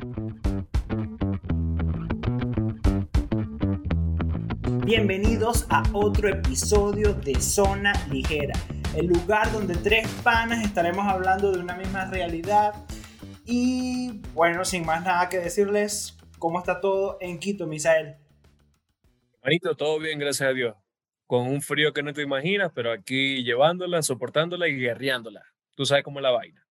Bienvenidos a otro episodio de Zona Ligera, el lugar donde tres panas estaremos hablando de una misma realidad. Y bueno, sin más nada que decirles, ¿cómo está todo en Quito, Misael? Manito, todo bien, gracias a Dios. Con un frío que no te imaginas, pero aquí llevándola, soportándola y guerreándola. Tú sabes cómo es la vaina.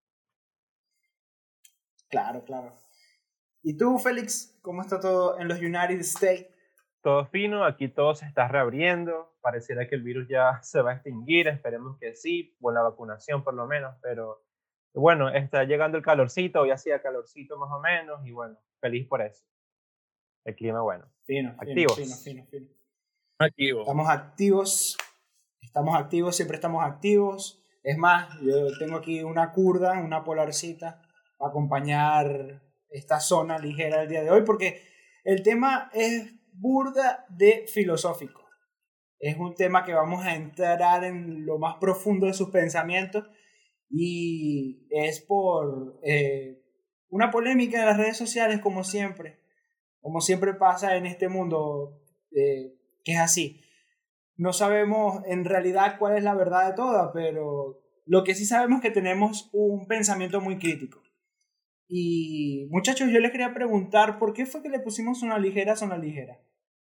Claro, claro. ¿Y tú, Félix, cómo está todo en los United States? Todo fino, aquí todo se está reabriendo, pareciera que el virus ya se va a extinguir, esperemos que sí, con la vacunación por lo menos, pero bueno, está llegando el calorcito, hoy hacía calorcito más o menos, y bueno, feliz por eso. El clima bueno. Fino, Activos. fino. Activo. Estamos activos, siempre estamos activos. Es más, yo tengo aquí una curda, una polarcita, para acompañar esta zona ligera el día de hoy, porque el tema es burda de filosófico. Es un tema que vamos a entrar en lo más profundo de sus pensamientos y es por una polémica en las redes sociales, como siempre pasa en este mundo, que es así. No sabemos en realidad cuál es la verdad de toda, pero lo que sí sabemos es que tenemos un pensamiento muy crítico. Y muchachos, yo les quería preguntar, ¿por qué fue que le pusimos Zona Ligera a Zona Ligera?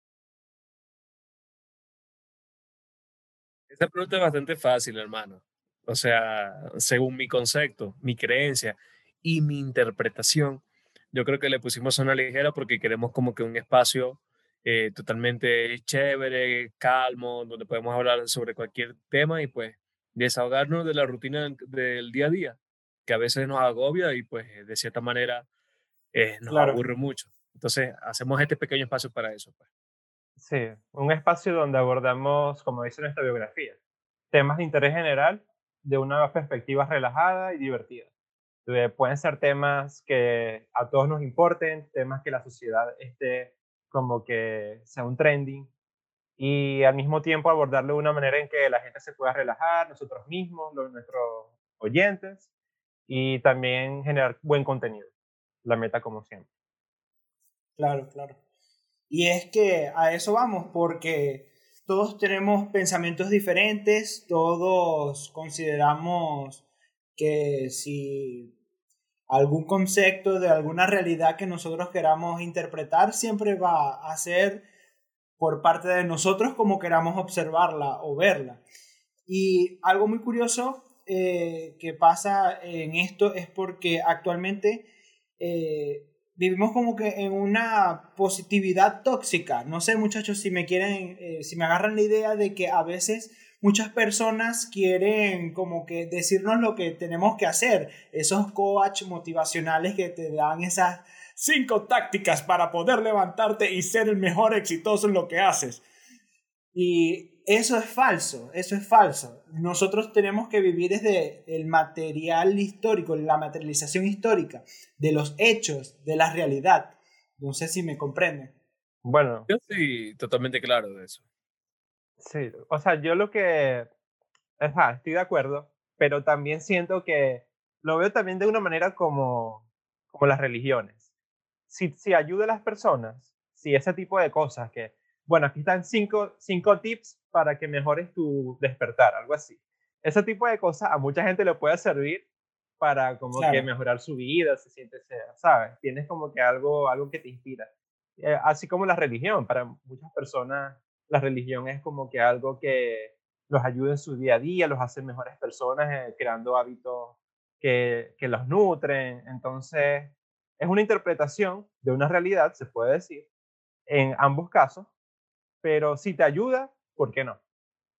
Esta pregunta es bastante fácil, hermano. O sea, según mi concepto, mi creencia y mi interpretación, yo creo que le pusimos zona ligera porque queremos como que un espacio totalmente chévere, calmo, donde podemos hablar sobre cualquier tema y pues desahogarnos de la rutina del día a día, que a veces nos agobia y pues de cierta manera nos Claro, aburre mucho. Entonces, hacemos este pequeño espacio para eso, pues. Sí, un espacio donde abordamos, como dice nuestra biografía, temas de interés general de una perspectiva relajada y divertida. Pueden ser temas que a todos nos importen, temas que la sociedad esté como que sea un trending y al mismo tiempo abordarlo de una manera en que la gente se pueda relajar, nosotros mismos, nuestros oyentes y también generar buen contenido. La meta como siempre. claro. Y es que a eso vamos, porque todos tenemos pensamientos diferentes, todos consideramos que si algún concepto de alguna realidad que nosotros queramos interpretar siempre va a ser por parte de nosotros como queramos observarla o verla. Y algo muy curioso que pasa en esto es porque actualmente vivimos como que en una positividad tóxica. No sé, muchachos, si me quieren, si me agarran la idea de que a veces muchas personas quieren como que decirnos lo que tenemos que hacer. Esos coach motivacionales que te dan esas 5 tácticas para poder levantarte y ser el mejor exitoso en lo que haces. Y eso es falso, eso es falso. Nosotros tenemos que vivir desde el material histórico, la materialización histórica, de los hechos, de la realidad. No sé si me comprenden. Bueno, Yo estoy totalmente claro de eso. sí, o sea, yo lo que, ajá, estoy de acuerdo, pero también siento que lo veo también de una manera como las religiones. Si ayuda a las personas, si ese tipo de cosas que, bueno, aquí están cinco tips para que mejores tu despertar, algo así. Ese tipo de cosas a mucha gente le puede servir para como que Claro, mejorar su vida, se siente, ¿sabes? Tienes como que algo que te inspira. Así como la religión, para muchas personas la religión es como que algo que los ayuda en su día a día, los hace mejores personas, creando hábitos que los nutren. Entonces, es una interpretación de una realidad, se puede decir, en ambos casos, pero si te ayuda, ¿por qué no?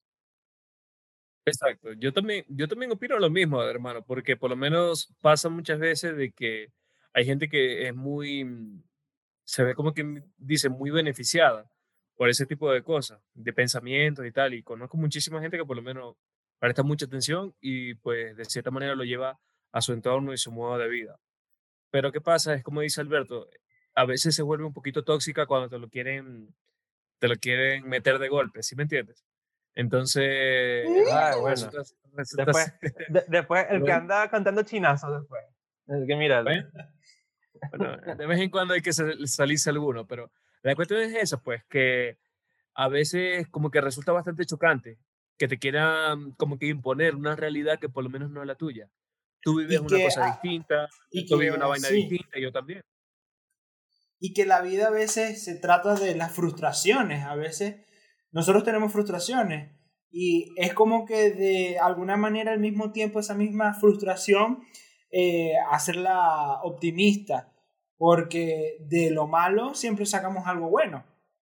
Exacto, yo también opino lo mismo, hermano, porque por lo menos pasa muchas veces de que hay gente que es muy, se ve como que dice muy beneficiada por ese tipo de cosas, de pensamientos y tal, y conozco muchísima gente que por lo menos presta mucha atención y pues de cierta manera lo lleva a su entorno y su modo de vida. Pero ¿qué pasa? Es como dice Alberto, a veces se vuelve un poquito tóxica cuando te lo quieren meter de golpe, ¿sí me entiendes? Entonces, Ah, bueno. resulta Después, ser, después el que bueno, anda cantando chinazos después. El que míralo. Bueno, de vez en cuando hay que salirse alguno, pero la cuestión es esa, pues, que a veces como que resulta bastante chocante que te quieran como que imponer una realidad que por lo menos no es la tuya. Tú vives Y una que, cosa distinta, y tú vives una que vaina sí, distinta, yo también. y que la vida a veces se trata de las frustraciones, a veces nosotros tenemos frustraciones y es como que de alguna manera al mismo tiempo esa misma frustración hacerla optimista, porque de lo malo siempre sacamos algo bueno.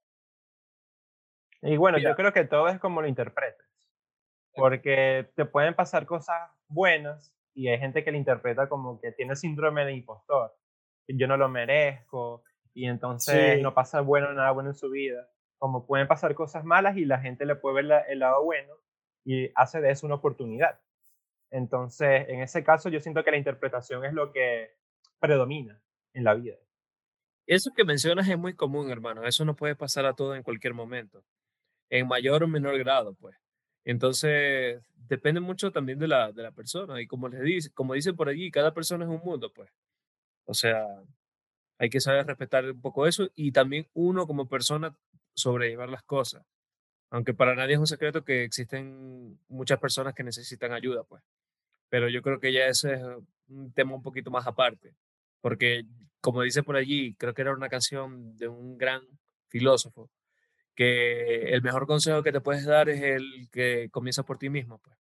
Y bueno, yo Mira, creo que todo es como lo interpretes, exacto. porque te pueden pasar cosas buenas y hay gente que lo interpreta como que tiene síndrome de impostor, que yo no lo merezco y entonces no Sí, pasa bueno nada bueno en su vida. Como pueden pasar cosas malas y la gente le puede ver el lado bueno y hace de eso una oportunidad. Entonces, en ese caso, yo siento que la interpretación es lo que predomina en la vida. Eso que mencionas es muy común, hermano. Eso no puede pasar a todo en cualquier momento, en mayor o menor grado, pues. Entonces, depende mucho también de la persona. Y como les dice, como dicen por allí, cada persona es un mundo, pues. O sea, hay que saber respetar un poco eso y también uno como persona sobrellevar las cosas. Aunque para nadie es un secreto que existen muchas personas que necesitan ayuda, pues. Pero yo creo que ya ese es un tema un poquito más aparte. Porque, como dice por allí, creo que era una canción de un gran filósofo, que el mejor consejo que te puedes dar es el que comienza por ti mismo, pues.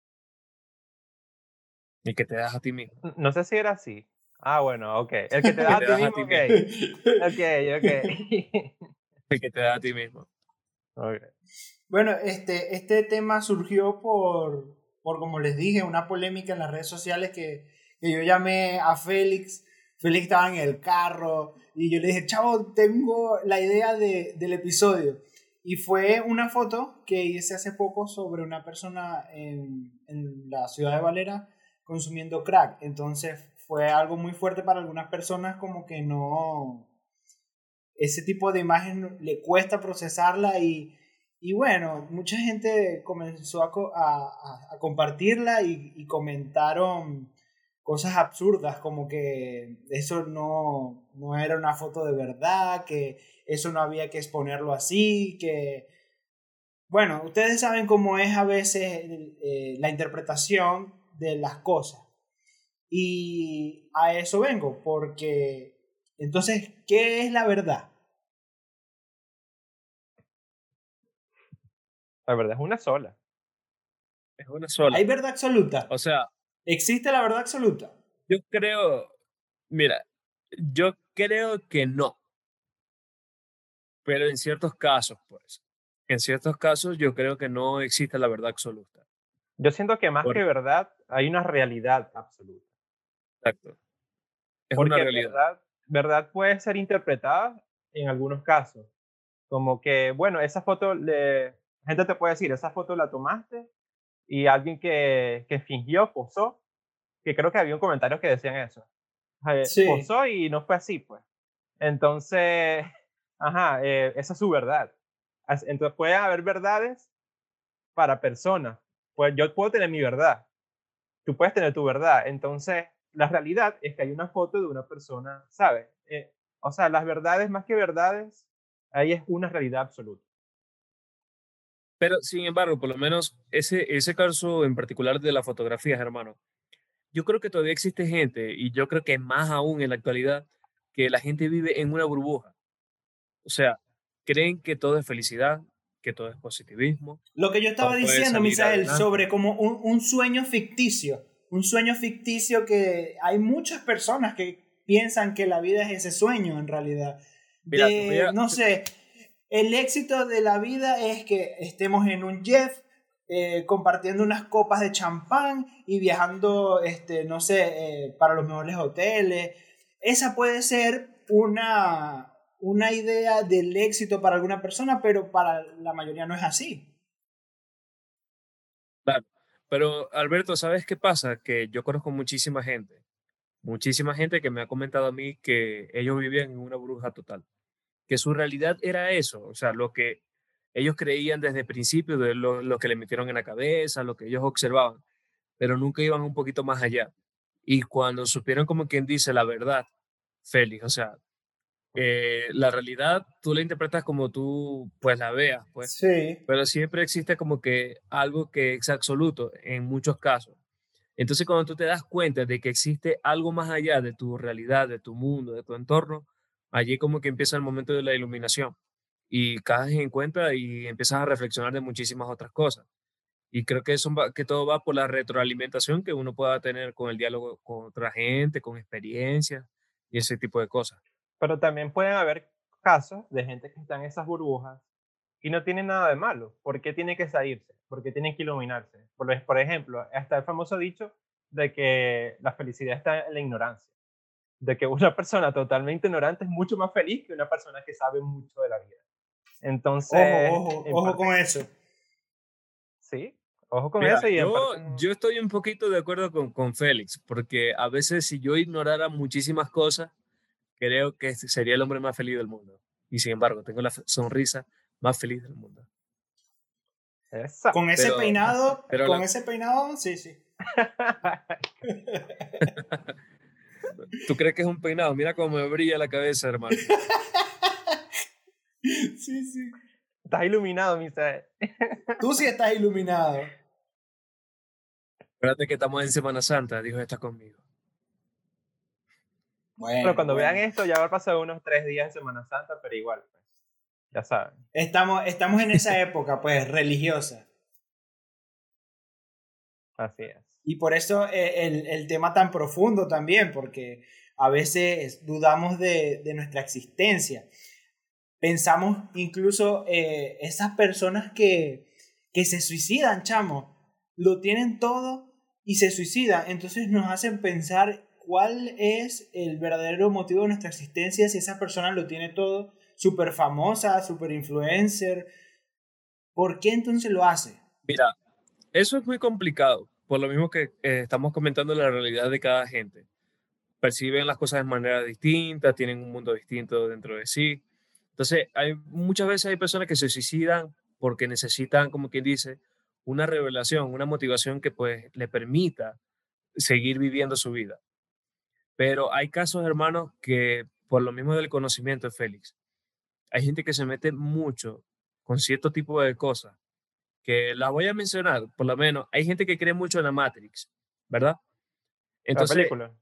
El que te das a ti mismo. No sé si era así. Ah, bueno, ok. El que te El que das a te ti das a mismo, ti ok. mismo. Ok, ok. El que te das a ti mismo. Ok. bueno, este tema surgió por, como les dije, una polémica en las redes sociales que yo llamé a Félix. Félix estaba en el carro y yo le dije, chavo, tengo la idea del episodio. Y fue una foto que hice hace poco sobre una persona en la ciudad de Valera consumiendo crack. Entonces fue algo muy fuerte para algunas personas como que no ese tipo de imagen le cuesta procesarla y bueno, mucha gente comenzó a compartirla y comentaron cosas absurdas como que eso no era una foto de verdad, que eso no había que exponerlo así, que bueno, ustedes saben cómo es a veces la interpretación de las cosas. Y a eso vengo, porque entonces, ¿qué es la verdad? La verdad es una sola. Es una sola. ¿Hay verdad O absoluta? sea, ¿Existe la verdad absoluta? yo creo, mira, yo creo que no, pero en ciertos casos, pues, en ciertos casos yo creo que no existe la verdad absoluta. Yo siento que más Por, que verdad, hay una realidad absoluta. exacto, es una Porque realidad. verdad puede ser interpretada en algunos casos. Como que, bueno, esa foto, gente te puede decir, esa foto la tomaste y alguien que fingió, posó, que creo que había un comentario que decían eso. Sí, Posó y no fue así, pues. Entonces, ajá, esa es su verdad. Entonces puede haber verdades para personas. Pues yo puedo tener mi verdad, tú puedes tener tu verdad. Entonces, la realidad es que hay una foto de una persona, ¿sabes? O sea, las verdades más que verdades, ahí es una realidad absoluta. Pero, sin embargo, por lo menos ese caso en particular de las fotografías, hermano, yo creo que todavía existe gente, y yo creo que más aún en la actualidad, que la gente vive en una burbuja. O sea, creen que todo es felicidad, que todo es positivismo, lo que yo estaba todo puede diciendo, salir Misael, adelante. sobre como un sueño ficticio que hay muchas personas que piensan que la vida es ese sueño en realidad. Mira, te voy De, a... no sé, el éxito de la vida es que estemos en un jet, compartiendo unas copas de champán y viajando, no sé, para los mejores hoteles. Esa puede ser una idea del éxito para alguna persona, pero para la mayoría no es así. Claro. Pero, Alberto, ¿sabes qué pasa? Que yo conozco muchísima gente que me ha comentado a mí que ellos vivían en una burbuja total, que su realidad era eso, o sea, lo que ellos creían desde el principio, de lo que le metieron en la cabeza, lo que ellos observaban, pero nunca iban un poquito más allá. Y cuando supieron, como quien dice, la verdad, Félix. O sea, la realidad tú la interpretas como tú pues la veas, pues, Sí. pero siempre existe como que algo que es absoluto en muchos casos. Entonces, cuando tú te das cuenta de que existe algo más allá de tu realidad, de tu mundo, de tu entorno, allí como que empieza el momento de la iluminación y caes en cuenta y empiezas a reflexionar de muchísimas otras cosas. Y creo que que todo va por la retroalimentación que uno pueda tener con el diálogo con otra gente, con experiencias y ese tipo de cosas. Pero también pueden haber casos de gente que está en esas burbujas y no tiene nada de malo. ¿Por qué tiene que salirse? ¿Por qué tienen que iluminarse? Por ejemplo, está el famoso dicho de que la felicidad está en la ignorancia. De que una persona totalmente ignorante es mucho más feliz que una persona que sabe mucho de la vida. Ojo, Entonces, ojo, en ojo parte, con eso. sí, ojo con Mira, eso y en yo, parte no. yo estoy un poquito de acuerdo con Félix, porque a veces si yo ignorara muchísimas cosas, creo que sería el hombre más feliz del mundo. Y sin embargo, tengo la sonrisa más feliz del mundo. Exacto. Pero, pero Con ese peinado, sí, sí. ¿tú crees que es un peinado? Mira cómo me brilla la cabeza, hermano. Sí, sí. Estás iluminado, Misael. Tú sí estás iluminado. Espérate que estamos en Semana Santa, Dios está conmigo. Bueno, Bueno, cuando vean bueno. esto ya va a pasar unos 3 días de Semana Santa, pero igual, pues, ya saben. Estamos en esa época, pues, religiosa. Así es. Y por eso el tema tan profundo también, porque a veces dudamos de nuestra existencia. Pensamos incluso esas personas que se suicidan, chamo, lo tienen todo y se suicidan. Entonces nos hacen pensar cuál es el verdadero motivo de nuestra existencia si esa persona lo tiene todo, súper famosa, súper influencer. ¿Por qué entonces lo hace? Mira, eso es muy complicado, por lo mismo que estamos comentando la realidad de cada gente. Perciben las cosas de manera distinta, tienen un mundo distinto dentro de sí. Entonces, muchas veces hay personas que se suicidan porque necesitan, como quien dice, una revelación, una motivación que pues le permita seguir viviendo su vida. Pero hay casos, hermanos, que por lo mismo del conocimiento, Félix, hay gente que se mete mucho con cierto tipo de cosas, que las voy a mencionar, por lo menos, hay gente que cree mucho en la Matrix, ¿verdad? La Entonces, película.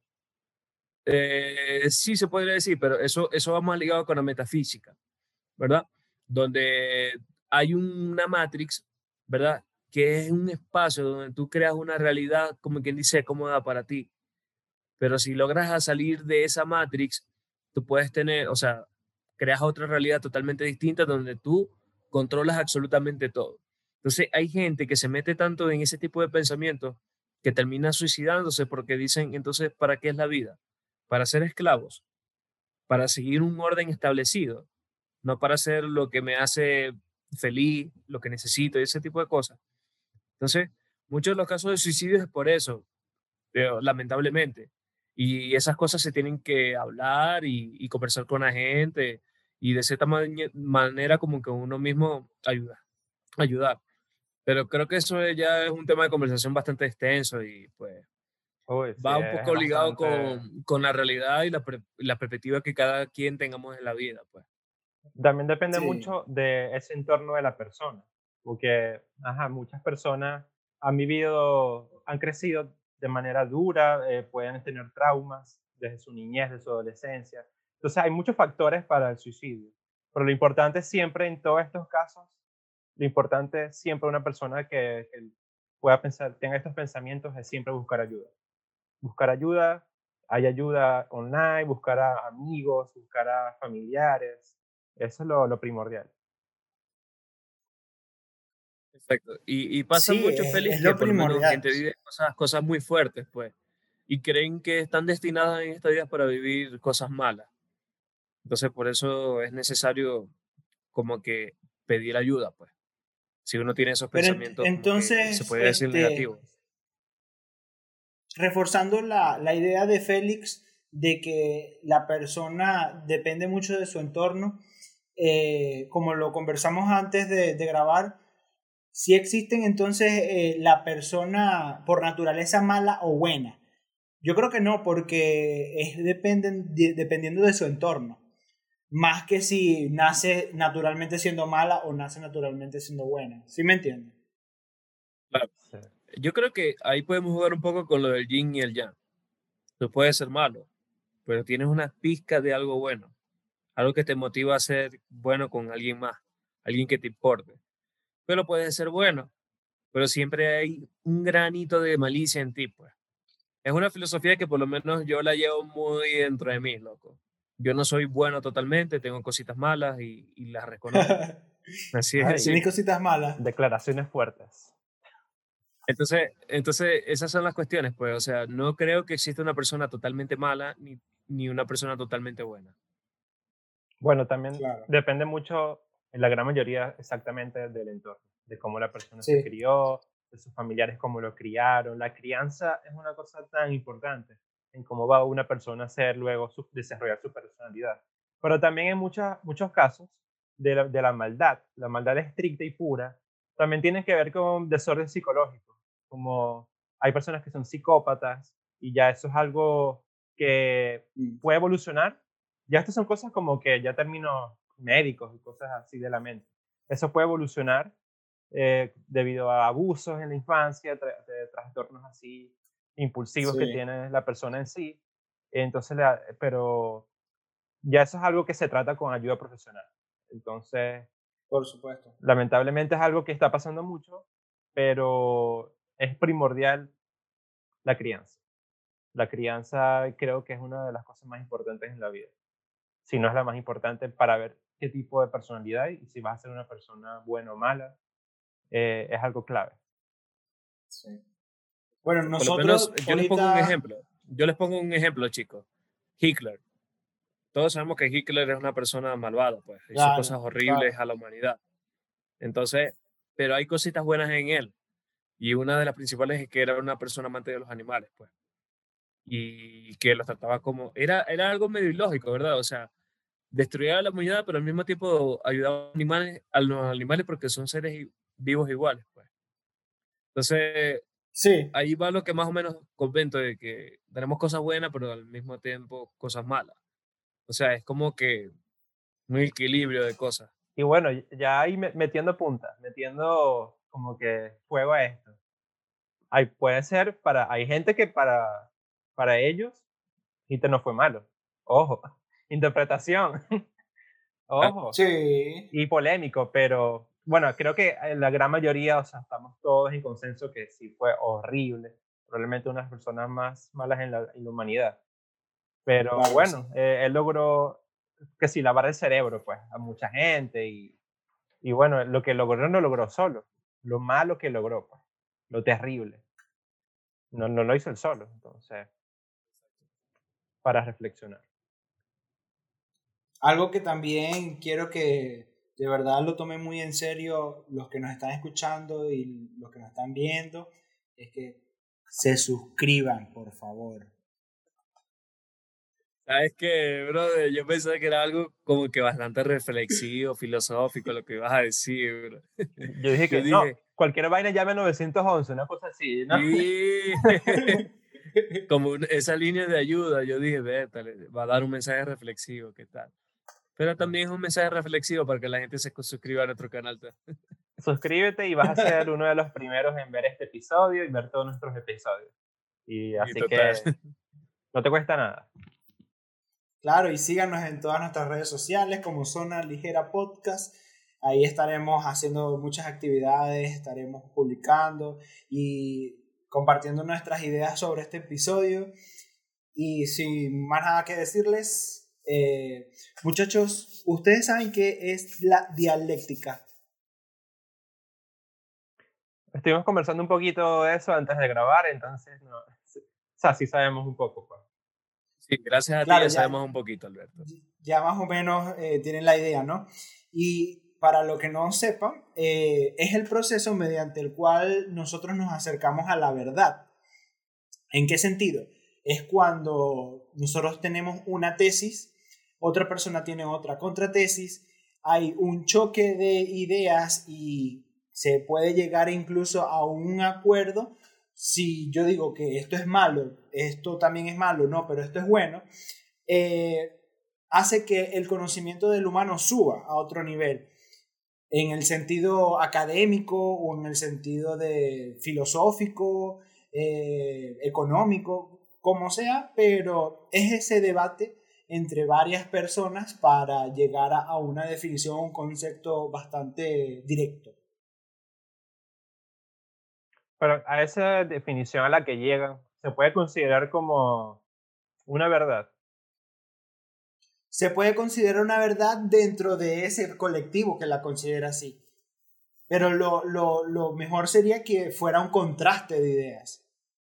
sí se podría decir, pero eso va más ligado con la metafísica, ¿verdad? Donde hay una Matrix, ¿verdad? Que es un espacio donde tú creas una realidad, como quien dice, cómoda para ti. Pero si logras a salir de esa Matrix, tú puedes tener, o sea, creas otra realidad totalmente distinta donde tú controlas absolutamente todo. Entonces, hay gente que se mete tanto en ese tipo de pensamientos que termina suicidándose porque dicen, entonces, ¿para qué es la vida? Para ser esclavos, para seguir un orden establecido, no para hacer lo que me hace feliz, lo que necesito y ese tipo de cosas. Entonces, muchos de los casos de suicidio es por eso, lamentablemente. Y esas cosas se tienen que hablar y conversar con la gente y de cierta manera como que uno mismo ayudar. Pero creo que eso ya es un tema de conversación bastante extenso y pues Uy, sí, va un es poco ligado bastante. con la realidad y la perspectiva que cada quien tengamos en la vida, pues. También depende Sí. mucho de ese entorno de la persona, porque, ajá, muchas personas han vivido, han crecido de manera dura, pueden tener traumas desde su niñez, de su adolescencia. Entonces, hay muchos factores para el suicidio, pero lo importante siempre en todos estos casos, lo importante es siempre una persona que pueda pensar, tenga estos pensamientos, es siempre buscar ayuda. Buscar ayuda, hay ayuda online, buscar a amigos, buscar a familiares, eso es lo primordial. Exacto. Y pasa Sí, mucho, Félix, es que lo por lo menos primordial. gente vive cosas muy fuertes, pues, y creen que están destinadas en esta vida para vivir cosas malas. Entonces, por eso es necesario como que pedir ayuda, pues. Si uno tiene esos Pero pensamientos como que se entonces, puede decir negativos. reforzando la idea de Félix de que la persona depende mucho de su entorno, como lo conversamos antes de grabar, si existen entonces la persona por naturaleza mala o buena. Yo creo que no, porque dependiendo de su entorno. Más que si nace naturalmente siendo mala o nace naturalmente siendo buena. ¿Sí me entiendes? Claro. Sí. Yo creo que ahí podemos jugar un poco con lo del yin y el yang. Tú puedes ser malo, pero tienes una pizca de algo bueno, algo que te motiva a ser bueno con alguien más, alguien que te importe. Pero puedes ser bueno, pero siempre hay un granito de malicia en ti, pues. Es una filosofía que por lo menos yo la llevo muy dentro de mí, loco. Yo no soy bueno totalmente, tengo cositas malas y las reconozco. Así es de Ay, Tienes simple. cositas malas. declaraciones fuertes. Entonces, esas son las cuestiones, pues. O sea, no creo que exista una persona totalmente mala ni una persona totalmente buena. Bueno, también Claro. depende mucho, en la gran mayoría, exactamente del entorno, de cómo la persona se Sí, crió, de sus familiares, cómo lo criaron. La crianza es una cosa tan importante en cómo va una persona a ser luego desarrollar su personalidad. Pero también en muchos casos de la maldad estricta y pura, también tiene que ver con desorden psicológico, como hay personas que son psicópatas y ya eso es algo que mm, puede evolucionar. Ya estas son cosas como que ya términos médicos y cosas así de la mente. Eso puede evolucionar debido a abusos en la infancia, de trastornos así impulsivos que sí, tiene la persona en sí. Entonces, pero ya eso es algo que se trata con ayuda profesional. Entonces, por supuesto. lamentablemente es algo que está pasando mucho, pero es primordial la crianza. La crianza creo que es una de las cosas más importantes en la vida. Si no es la más importante para ver qué tipo de personalidad y si vas a ser una persona buena o mala, es algo clave. Sí. Bueno, Por lo menos nosotros yo les pongo un ahorita, ejemplo. Yo les pongo un ejemplo, chicos. Hitler. Todos sabemos que Hitler es una persona malvada, pues hizo claro, cosas horribles claro, a la humanidad. Entonces, pero hay cositas buenas en él. Y una de las principales es que era una persona amante de los animales, pues. Y que los trataba como... Era algo medio ilógico, ¿verdad? O sea, destruía a la humanidad, pero al mismo tiempo ayudaba a los animales porque son seres vivos iguales, pues. Entonces, sí, ahí va lo que más o menos comento de que tenemos cosas buenas, pero al mismo tiempo cosas malas. O sea, es como que un equilibrio de cosas. Y bueno, ya ahí metiendo puntas, metiendo como que fuego a esto. Puede ser hay gente que para ellos Hitler no fue malo. Ojo, interpretación. Ah, Ojo. sí, Y polémico, pero bueno, creo que la gran mayoría, o sea, estamos todos en consenso que sí fue horrible. Probablemente una de las personas más malas en la humanidad. Pero claro que sí. bueno, él logró que sí lavar el cerebro, pues, a mucha gente y bueno, lo que logró no logró solo. Lo malo que logró, pues, lo terrible. No lo hizo él solo, entonces, para reflexionar. Algo que también quiero que de verdad lo tomen muy en serio los que nos están escuchando y los que nos están viendo, es que se suscriban, por favor. ¿sabes qué, brother? Yo pensaba que era algo como que bastante reflexivo, filosófico, lo que ibas a decir, bro. Yo dije Yo que no, dije, cualquier vaina llame 911, una cosa así, ¿no? sí, como esa línea de ayuda, yo dije, "Vétale, va a dar un mensaje reflexivo, ¿qué tal?" Pero también es un mensaje reflexivo para que la gente se suscriba a nuestro canal. Suscríbete y vas a ser uno de los primeros en ver este episodio y ver todos nuestros episodios. Y Y así total. que no te cuesta nada. Claro, y síganos en todas nuestras redes sociales como Zona Ligera Podcast. Ahí estaremos haciendo muchas actividades, estaremos publicando y compartiendo nuestras ideas sobre este episodio. Y sin más nada que decirles, muchachos, ¿ustedes saben qué es la dialéctica? Estuvimos conversando un poquito de eso antes de grabar, entonces, no, o sea, sí sabemos un poco, pues. Sí, gracias a ti Claro, ya ya, sabemos un poquito, Alberto. ya más o menos tienen la idea, ¿no? Y para lo que no sepan, es el proceso mediante el cual nosotros nos acercamos a la verdad. ¿En qué sentido? Es cuando nosotros tenemos una tesis, otra persona tiene otra contratesis, hay un choque de ideas y se puede llegar incluso a un acuerdo si yo digo que esto es malo, esto también es malo, no, pero esto es bueno, hace que el conocimiento del humano suba a otro nivel, en el sentido académico o en el sentido de filosófico, económico, como sea, pero es ese debate entre varias personas para llegar a una definición, un concepto bastante directo. Pero a esa definición a la que llegan, se puede considerar como una verdad. Se puede considerar una verdad dentro de ese colectivo que la considera así. Pero lo mejor sería que fuera un contraste de ideas.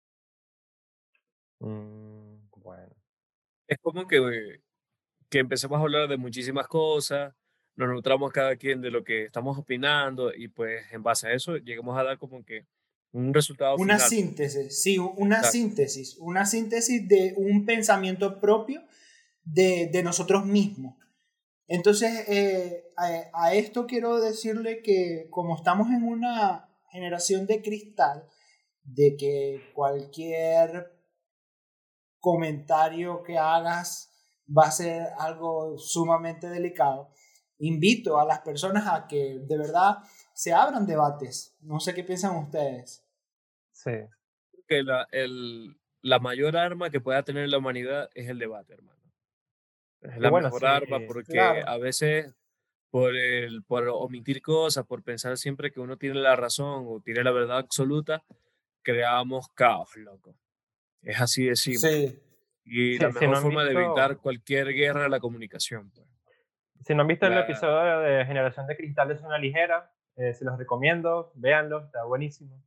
Bueno. Es como que empecemos a hablar de muchísimas cosas, nos nutramos cada quien de lo que estamos opinando y pues en base a eso lleguemos a dar como que un resultado Una final. síntesis, sí, Exacto. una síntesis de un pensamiento propio de nosotros mismos. Entonces, a esto quiero decirle que como estamos en una generación de cristal, de que cualquier comentario que hagas va a ser algo sumamente delicado, invito a las personas a que de verdad se abran debates. No sé qué piensan ustedes. Sí. Que la mayor arma que pueda tener la humanidad es el debate, hermano. Es Y la bueno, mejor sí, arma porque Claro, a veces por omitir cosas, por pensar siempre que uno tiene la razón o tiene la verdad absoluta, creamos caos, loco. Es así de simple. sí, Y la si no mejor han forma de evitar visto, cualquier guerra es la comunicación, pues. si no han visto el La, episodio de Generación de Cristal es una ligera, se los recomiendo, véanlo, está buenísimo.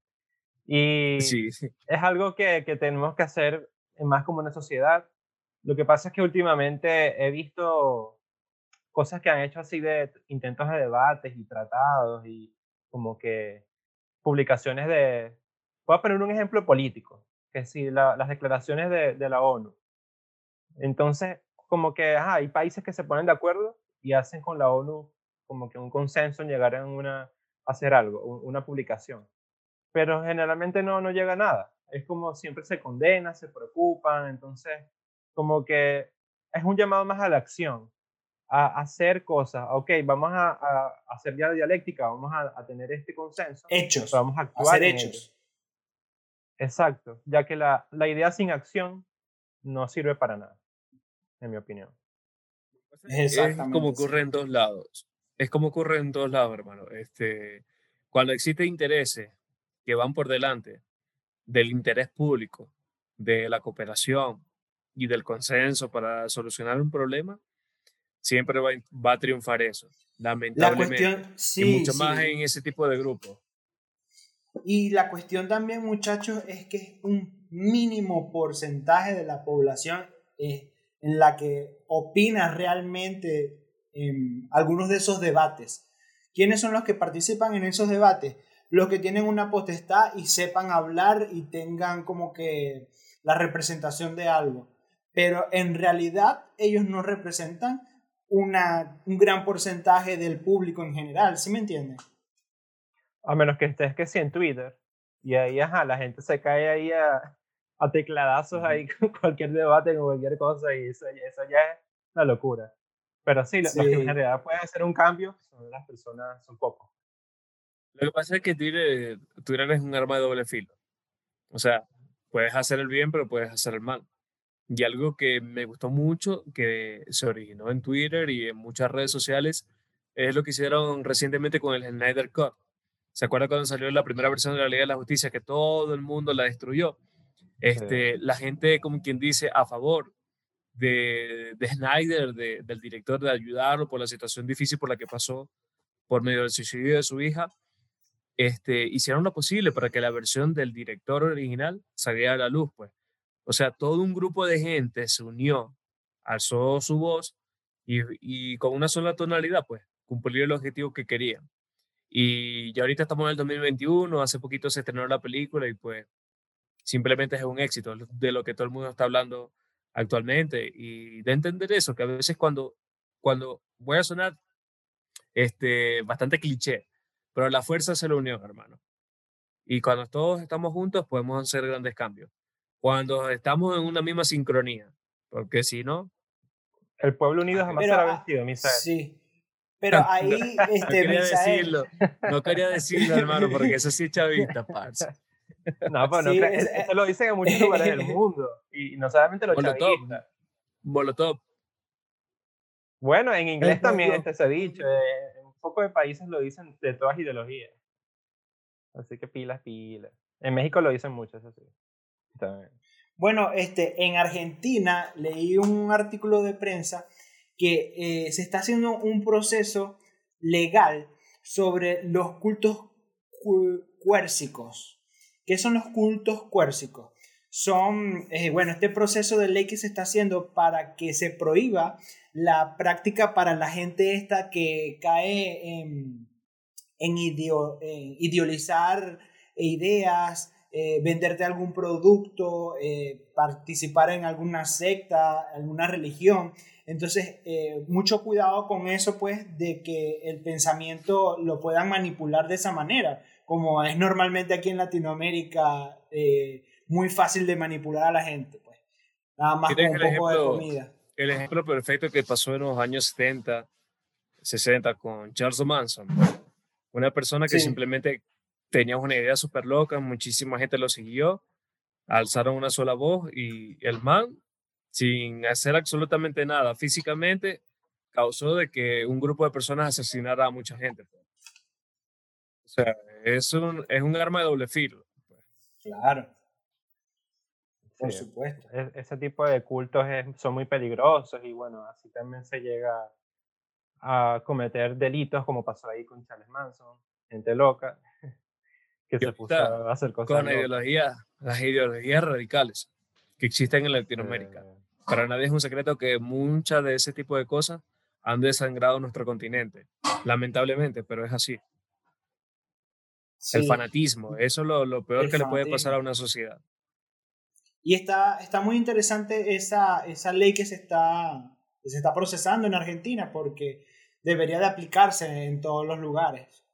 Y sí, es algo que tenemos que hacer más como una sociedad. Lo que pasa es que últimamente he visto cosas que han hecho así de intentos de debates y tratados y como que publicaciones de... Voy a poner un ejemplo político, que si las declaraciones de la ONU. Entonces, como que hay países que se ponen de acuerdo y hacen con la ONU como que un consenso en llegar a hacer algo, una publicación. Pero generalmente no llega a nada. Es como siempre se condena, se preocupan, entonces como que es un llamado más a la acción, a hacer cosas. Ok, vamos a hacer ya la dialéctica, vamos a tener este consenso, pero hechos, vamos a hacer actuar en ello. hechos. Exacto, ya que la idea sin acción no sirve para nada, en mi opinión. es como Exactamente, ocurre sí. en todos lados. Es como ocurre en todos lados, hermano. Cuando existen intereses que van por delante del interés público, de la cooperación y del consenso para solucionar un problema, siempre va a triunfar eso, La cuestión, lamentablemente. Y sí, mucho más sí. en ese tipo de grupos. Y la cuestión también, muchachos, es que es un mínimo porcentaje de la población en la que opina realmente en algunos de esos debates. ¿Quiénes son los que participan en esos debates? Los que tienen una potestad y sepan hablar y tengan como que la representación de algo. Pero en realidad ellos no representan un gran porcentaje del público en general, ¿sí me entienden? A menos que estés que sí en Twitter y ahí, la gente se cae ahí a tecladazos Ujú. ahí con cualquier debate, con cualquier cosa y eso ya es una locura. Pero sí, los que en Sí, realidad pueden hacer un cambio son las personas, son pocos. Lo que pasa es que Twitter es un arma de doble filo. O sea, puedes hacer el bien, pero puedes hacer el mal. Y algo que me gustó mucho, que se originó en Twitter y en muchas redes sociales, es lo que hicieron recientemente con el Snyder Cut. ¿Se acuerda cuando salió la primera versión de la Liga de la Justicia que todo el mundo la destruyó? Sí. La gente, como quien dice, a favor de Snyder, del director, de ayudarlo por la situación difícil por la que pasó por medio del suicidio de su hija, hicieron lo posible para que la versión del director original saliera a la luz, pues. O sea, todo un grupo de gente se unió, alzó su voz y con una sola tonalidad, pues, cumplir el objetivo que querían. Y ya ahorita estamos en el 2021, hace poquito se estrenó la película y pues simplemente es un éxito de lo que todo el mundo está hablando actualmente. Y de entender eso, que a veces cuando voy a sonar bastante cliché, pero la fuerza se lo unió, hermano. Y cuando todos estamos juntos podemos hacer grandes cambios. Cuando estamos en una misma sincronía, porque si no, El pueblo unido adiós. jamás Pero será vencido, Misael. sí, pero No, ahí, no quería Misael, decirlo, no quería decirlo, hermano, porque eso sí es chavista, parce. No, pues no sí, crees. Eso lo dicen en muchos lugares del mundo. Y no solamente los Molotov, chavistas. Molotov. Bueno, en el inglés también pueblo. está ese dicho. En un poco de países lo dicen de todas ideologías. Así que pilas, pilas. En México lo dicen mucho, eso sí. También. Bueno, en Argentina leí un artículo de prensa que se está haciendo un proceso legal sobre los cultos cuérsicos. ¿Qué son los cultos cuérsicos? Son, bueno, este proceso de ley que se está haciendo para que se prohíba la práctica para la gente esta que cae en idealizar ideas, venderte algún producto, participar en alguna secta, alguna religión. Entonces, mucho cuidado con eso, pues, de que el pensamiento lo puedan manipular de esa manera, como es normalmente aquí en Latinoamérica, muy fácil de manipular a la gente, pues, nada más con ¿Tienes un poco de comida. el ejemplo perfecto que pasó en los años 70, 60 con Charles Manson? Una persona que Sí, simplemente tenía una idea súper loca, muchísima gente lo siguió, alzaron una sola voz y el man, sin hacer absolutamente nada físicamente, causó de que un grupo de personas asesinara a mucha gente. Pues. O sea, es un arma de doble filo. Pues. claro, Sí. por supuesto. Ese tipo de cultos son muy peligrosos y bueno, así también se llega a cometer delitos como pasó ahí con Charles Manson, gente loca que Y se puso ahorita, a hacer cosas con locas. las ideologías radicales que existen en Latinoamérica. Eh, Para nadie es un secreto que muchas de ese tipo de cosas han desangrado nuestro continente, lamentablemente, pero es así. El Sí, fanatismo, eso es lo peor el que le puede pasar a fanatismo. una sociedad. Y está muy interesante esa ley que se está procesando en Argentina porque debería de aplicarse en todos los lugares.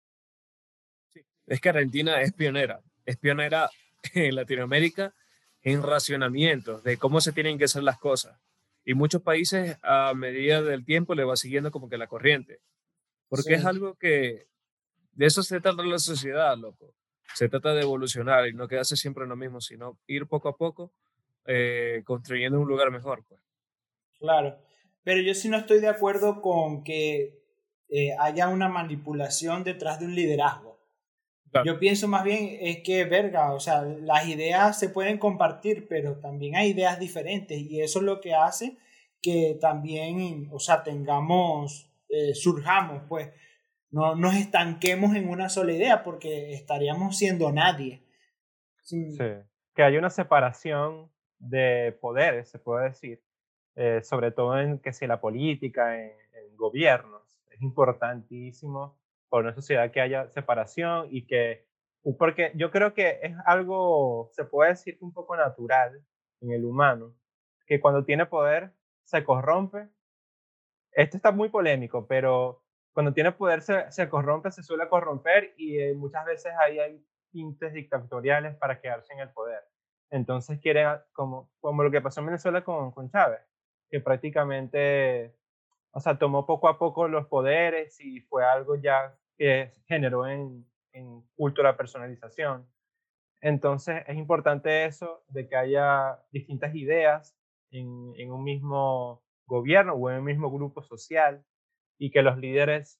Sí. Es que Argentina es pionera en Latinoamérica en racionamientos de cómo se tienen que hacer las cosas. Y muchos países a medida del tiempo le va siguiendo como que la corriente, porque es Sí, algo que de eso se trata la sociedad, loco. Se trata de evolucionar y no quedarse siempre en lo mismo, sino ir poco a poco construyendo un lugar mejor. Pues. claro. Pero yo sí no estoy de acuerdo con que haya una manipulación detrás de un liderazgo. Claro. Yo pienso más bien es que, verga, o sea, las ideas se pueden compartir, pero también hay ideas diferentes y eso es lo que hace que también, o sea, tengamos, surjamos, pues, no nos estanquemos en una sola idea porque estaríamos siendo nadie. sí, Sí, que hay una separación de poderes, se puede decir, sobre todo en que si la política, en gobiernos, es importantísimo para una sociedad que haya separación y que, porque yo creo que es algo, se puede decir que un poco natural en el humano, que cuando tiene poder se corrompe. Esto está muy polémico, pero cuando tiene poder se corrompe, se suele corromper y muchas veces ahí hay tintes dictatoriales para quedarse en el poder. Entonces quieren, como lo que pasó en Venezuela con Chávez, que prácticamente, o sea, tomó poco a poco los poderes y fue algo ya que generó en culto la personalización. Entonces es importante eso, de que haya distintas ideas en un mismo gobierno o en un mismo grupo social y que los líderes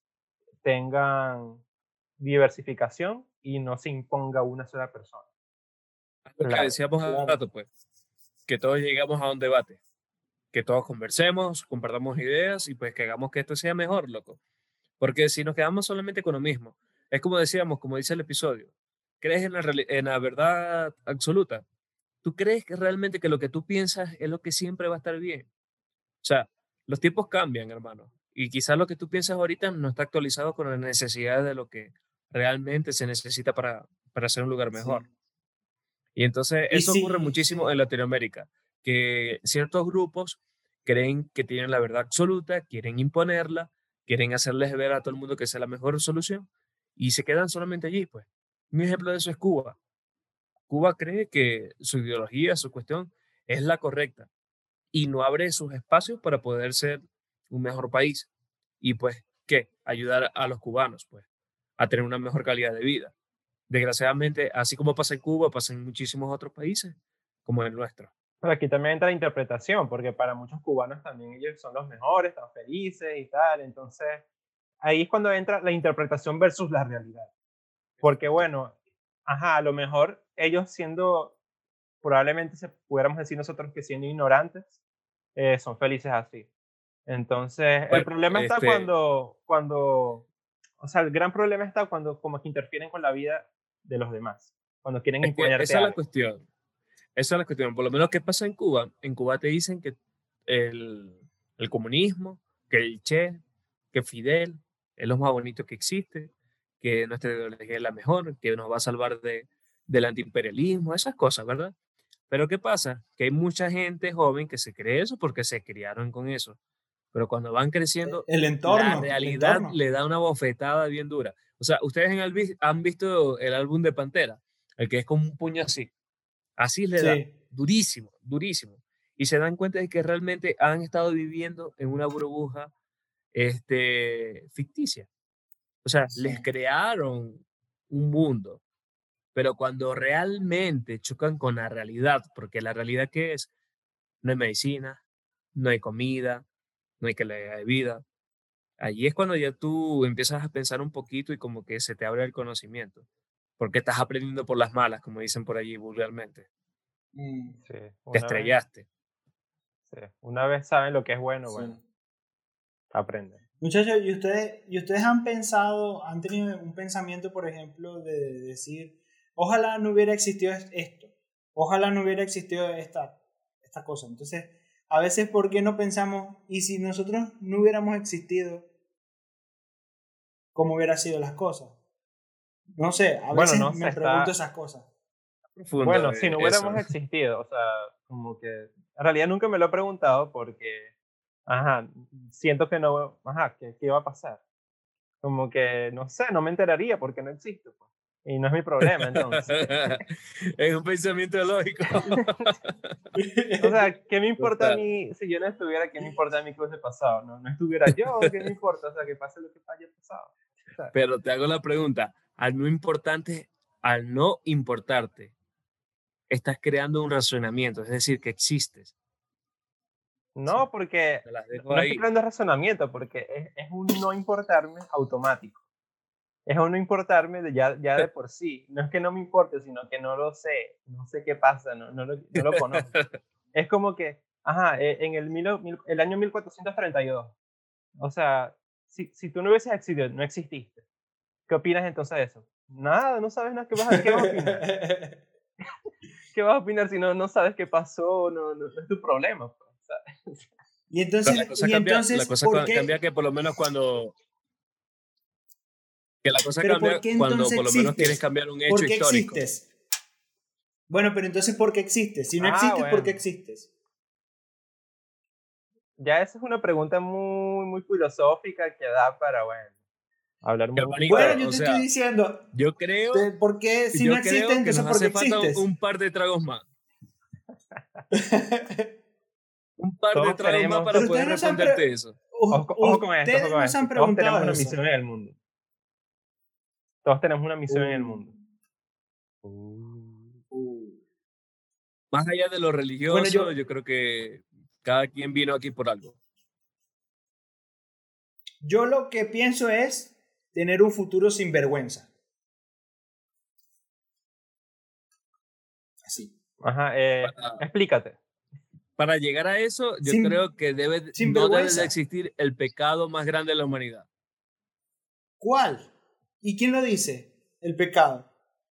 tengan diversificación y no se imponga una sola persona. Lo que Clave. decíamos hace claro. rato, pues, que todos llegamos a un debate, que todos conversemos, compartamos ideas y pues que hagamos que esto sea mejor, loco. Porque si nos quedamos solamente con lo mismo, es como decíamos, como dice el episodio, ¿crees en en la verdad absoluta? ¿Tú crees que realmente que lo que tú piensas es lo que siempre va a estar bien? O sea, los tiempos cambian, hermano. Y quizás lo que tú piensas ahorita no está actualizado con las necesidades de lo que realmente se necesita para hacer un lugar mejor. Sí. Y entonces Y eso ocurre sí, muchísimo sí. en Latinoamérica, que ciertos grupos creen que tienen la verdad absoluta, quieren imponerla, quieren hacerles ver a todo el mundo que esa es la mejor solución y se quedan solamente allí, pues. Un ejemplo de eso es Cuba. Cuba cree que su ideología, su cuestión es la correcta y no abre sus espacios para poder ser un mejor país. Y pues, ¿qué? Ayudar a los cubanos, pues, a tener una mejor calidad de vida. Desgraciadamente, así como pasa en Cuba, pasa en muchísimos otros países, como el nuestro. Pero aquí también entra la interpretación, porque para muchos cubanos también ellos son los mejores, están felices y tal. Entonces, ahí es cuando entra la interpretación versus la realidad. Porque bueno, ajá, a lo mejor ellos siendo, probablemente se pudiéramos decir nosotros que siendo ignorantes, son felices así. Entonces, el Bueno, problema está o sea, el gran problema está cuando como que interfieren con la vida de los demás, cuando quieren es que imponerte esa es la algo. cuestión. Esa es la cuestión. Por lo menos, ¿qué pasa en Cuba? En Cuba te dicen que el, el comunismo, que el Che, que Fidel es lo más bonito que existe, que nuestra ideología es la mejor, que nos va a salvar del antiimperialismo, esas cosas, ¿verdad? Pero ¿qué pasa? Que hay mucha gente joven que se cree eso porque se criaron con eso. Pero cuando van creciendo, El la entorno, el realidad entorno. le da una bofetada bien dura. O sea, ustedes han visto el álbum de Pantera, el que es como un puño así. Así le da, Sí, durísimo, durísimo. Y se dan cuenta de que realmente han estado viviendo en una burbuja ficticia. O sea, les sí. crearon un mundo, pero cuando realmente chocan con la realidad, porque la realidad que es, no hay medicina, no hay comida, no hay calidad de vida. Allí es cuando ya tú empiezas a pensar un poquito y como que se te abre el conocimiento, porque estás aprendiendo por las malas, como dicen por allí vulgarmente. Mm, Sí, Te una vez, estrellaste. sí, una vez saben lo que es bueno, sí. bueno, aprenden. Muchachos, ¿y ustedes han pensado, han tenido un pensamiento, por ejemplo, de decir, ojalá no hubiera existido esto, ojalá no hubiera existido esta cosa? Entonces, a veces, ¿por qué no pensamos, y si nosotros no hubiéramos existido, cómo hubieran sido las cosas? No sé, a Bueno, veces no sé, me pregunto está, esas cosas. Profundo bueno, si no eso. hubiéramos existido, o sea, como que, en realidad nunca me lo he preguntado porque, ajá, siento que no, ajá, ¿qué iba a pasar? Como que, no sé, no me enteraría porque no existo, pues. Y no es mi problema, entonces. Es un pensamiento lógico. O sea, ¿qué me importa a Total. mí si yo no estuviera? ¿Qué me importa a mí que hubiese pasado? No estuviera yo, ¿qué me importa? O sea, que pase lo que haya pasado. O sea, Pero te hago la pregunta, al no importarte, estás creando un razonamiento, es decir, que existes. Sí, no, porque te las dejo no estoy ahí. creando razonamiento, porque es un no importarme automático. Es un no importarme ya de por sí. No es que no me importe, sino que no lo sé. No sé qué pasa, no lo conozco. Es como que, ajá, en el año 1432. O sea, si tú no hubieses existido, no exististe. ¿Qué opinas entonces de eso? Nada, no sabes nada. ¿Qué vas a opinar? ¿Qué vas a opinar si no sabes qué pasó? No es tu problema, pues, o sea. Y Pero entonces, y la entonces, cosa ¿por cambia qué? que por lo menos que la cosa Pero ¿por cambia qué cuando entonces por lo menos quieres existes? cambiar un ¿Por hecho qué histórico. existes? Bueno, pero entonces, ¿por qué existes? Si no Ah, existes, ¿por qué bueno. existes? Ya esa es una pregunta muy, muy filosófica que da para, bueno, hablar Que mucho Bueno, hermanito, de... yo o te estoy sea, diciendo, yo creo, ¿por qué si no yo existes, creo que entonces nos por qué hace falta existes? un par de tragos más. Un par de Todos tragos más tenemos, para Pero poder ustedes no se han, responderte eso. ojo con esto, ojo ustedes con no se esto. han Todos tenemos preguntado una eso. misión en el mundo. Todos tenemos una misión en el Uh, mundo. uh. Más allá de lo Bueno, religioso, yo creo que cada quien vino aquí por algo. yo lo que pienso es tener un futuro sin vergüenza. Así. Ajá, Para, explícate. para llegar a eso, yo Sin, creo que sin no debe de vergüenza. existir el pecado más grande de la humanidad. ¿Cuál? ¿Y quién lo dice? El pecado.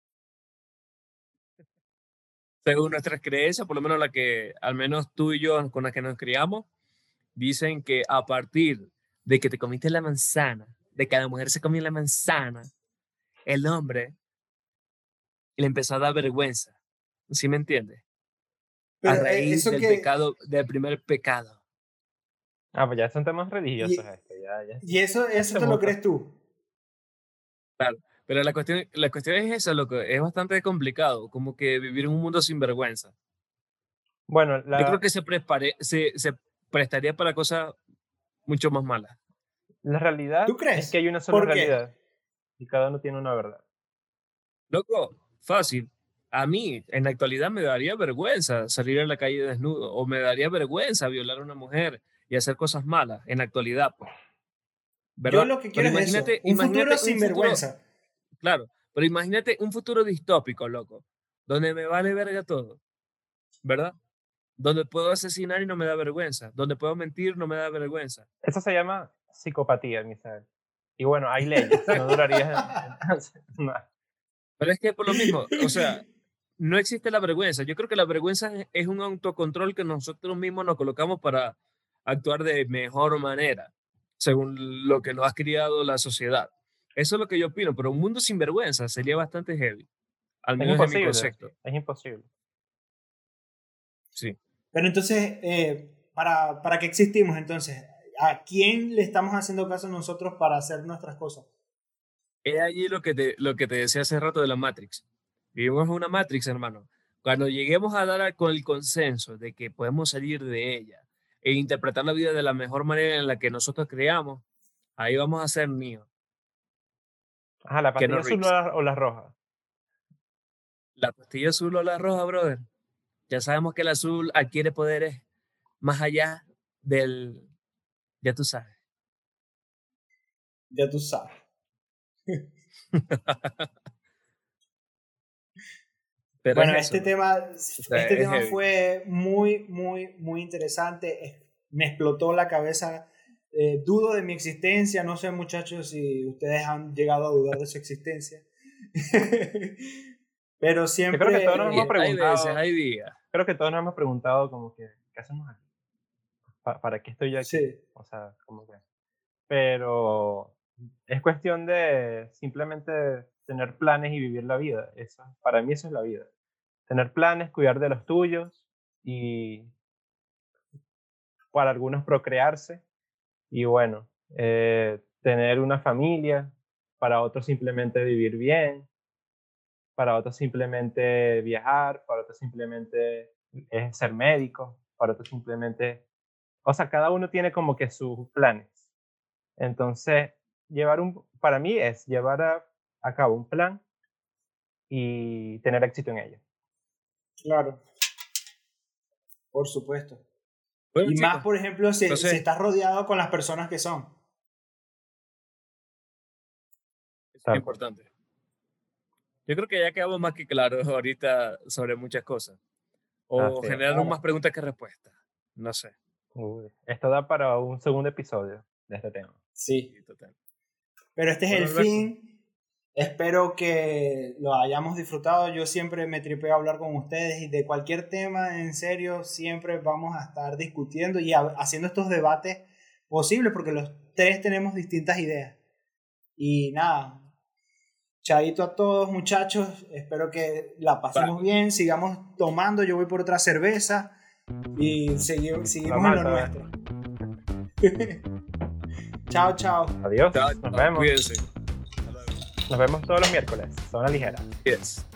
Según nuestras creencias, por lo menos la que, al menos tú y yo, con las que nos criamos, dicen que a partir de que te comiste la manzana, de que la mujer se comió la manzana, el hombre le empezó a dar vergüenza. ¿Sí me entiendes? A Pero raíz eso del que... pecado, del primer pecado. Ah, pues ya son temas religiosos Y, esto, y eso ya se te lo mucho. crees tú. Claro. Pero la cuestión es esa, loco. Es bastante complicado, como que vivir en un mundo sin vergüenza. Bueno, Yo creo que se prestaría para cosas mucho más malas. la realidad ¿Tú crees? es que hay una sola ¿Por qué? realidad y cada uno tiene una verdad. Loco, fácil. A mí, en la actualidad, me daría vergüenza salir a la calle desnudo, o me daría vergüenza violar a una mujer y hacer cosas malas, en la actualidad, pues, Yo ¿verdad? lo que Pero quiero es eso, un futuro sin vergüenza. claro, pero imagínate un futuro distópico, loco, donde me vale verga todo, ¿verdad? Donde puedo asesinar y no me da vergüenza, donde puedo mentir no me da vergüenza. Eso se llama psicopatía, Misael. Y bueno, hay leyes, no duraría más. Pero es que por lo mismo, o sea, no existe la vergüenza. Yo creo que la vergüenza es un autocontrol que nosotros mismos nos colocamos para actuar de mejor manera, según lo que nos ha criado la sociedad. Eso es lo que yo opino, pero un mundo sin vergüenza sería bastante heavy, al Es menos en mi imposible, concepto. es imposible. Sí. Pero entonces, ¿para qué existimos entonces? ¿A quién le estamos haciendo caso nosotros para hacer nuestras cosas? Es allí lo que te decía hace rato de la Matrix. Vivimos en una Matrix, hermano. Cuando lleguemos a dar con el consenso de que podemos salir de ella e interpretar la vida de la mejor manera en la que nosotros creamos, ahí vamos a ser Neo, Ajá, ¿la Keanu pastilla azul Reeves. o la roja? La pastilla azul o la roja, brother. Ya sabemos que el azul adquiere poderes más allá del... Ya tú sabes. Ya tú sabes. Pero Bueno, es eso, ¿no? O sea, este es tema heavy. fue muy, muy, muy interesante. Me explotó la cabeza. Dudo de mi existencia. No sé, muchachos, si ustedes han llegado a dudar de su existencia. Pero Yo creo que todos nos hemos siempre... Hay veces, preguntado, hay días. creo que todos nos hemos preguntado como que, ¿qué hacemos aquí? ¿Para qué estoy yo aquí? Sí, O sea, como que... Pero es cuestión de simplemente tener planes y vivir la vida. Eso, para mí eso es la vida. Tener planes, cuidar de los tuyos y para algunos procrearse y bueno, tener una familia, para otros simplemente vivir bien, para otros simplemente viajar, para otros simplemente ser médico, para otros simplemente... O sea, cada uno tiene como que sus planes. Entonces, para mí es llevar a cabo un plan y tener éxito en ello. claro, por supuesto. Bueno, Y más, chicos, por ejemplo, si entonces, estás rodeado con las personas que son. eso es Tal cual. importante. Yo creo que ya quedamos más que claros ahorita sobre muchas cosas. O Así es. generaron más Claro. preguntas que respuestas. No sé. Uy, esto da para un segundo episodio de este tema. Sí. Sí, total. Pero este es Bueno, el Alberto, fin. Espero que lo hayamos disfrutado. Yo siempre me tripeo hablar con ustedes y de cualquier tema, en serio, siempre vamos a estar discutiendo y haciendo estos debates posibles porque los tres tenemos distintas ideas. Y nada, chaito a todos muchachos, espero que la pasemos bien, sigamos tomando, yo voy por otra cerveza y seguimos en lo Normal, nuestro. Chao, chao. Adiós. chao, Nos vemos. cuídense. Nos vemos todos los miércoles. Zona ligera. Yes.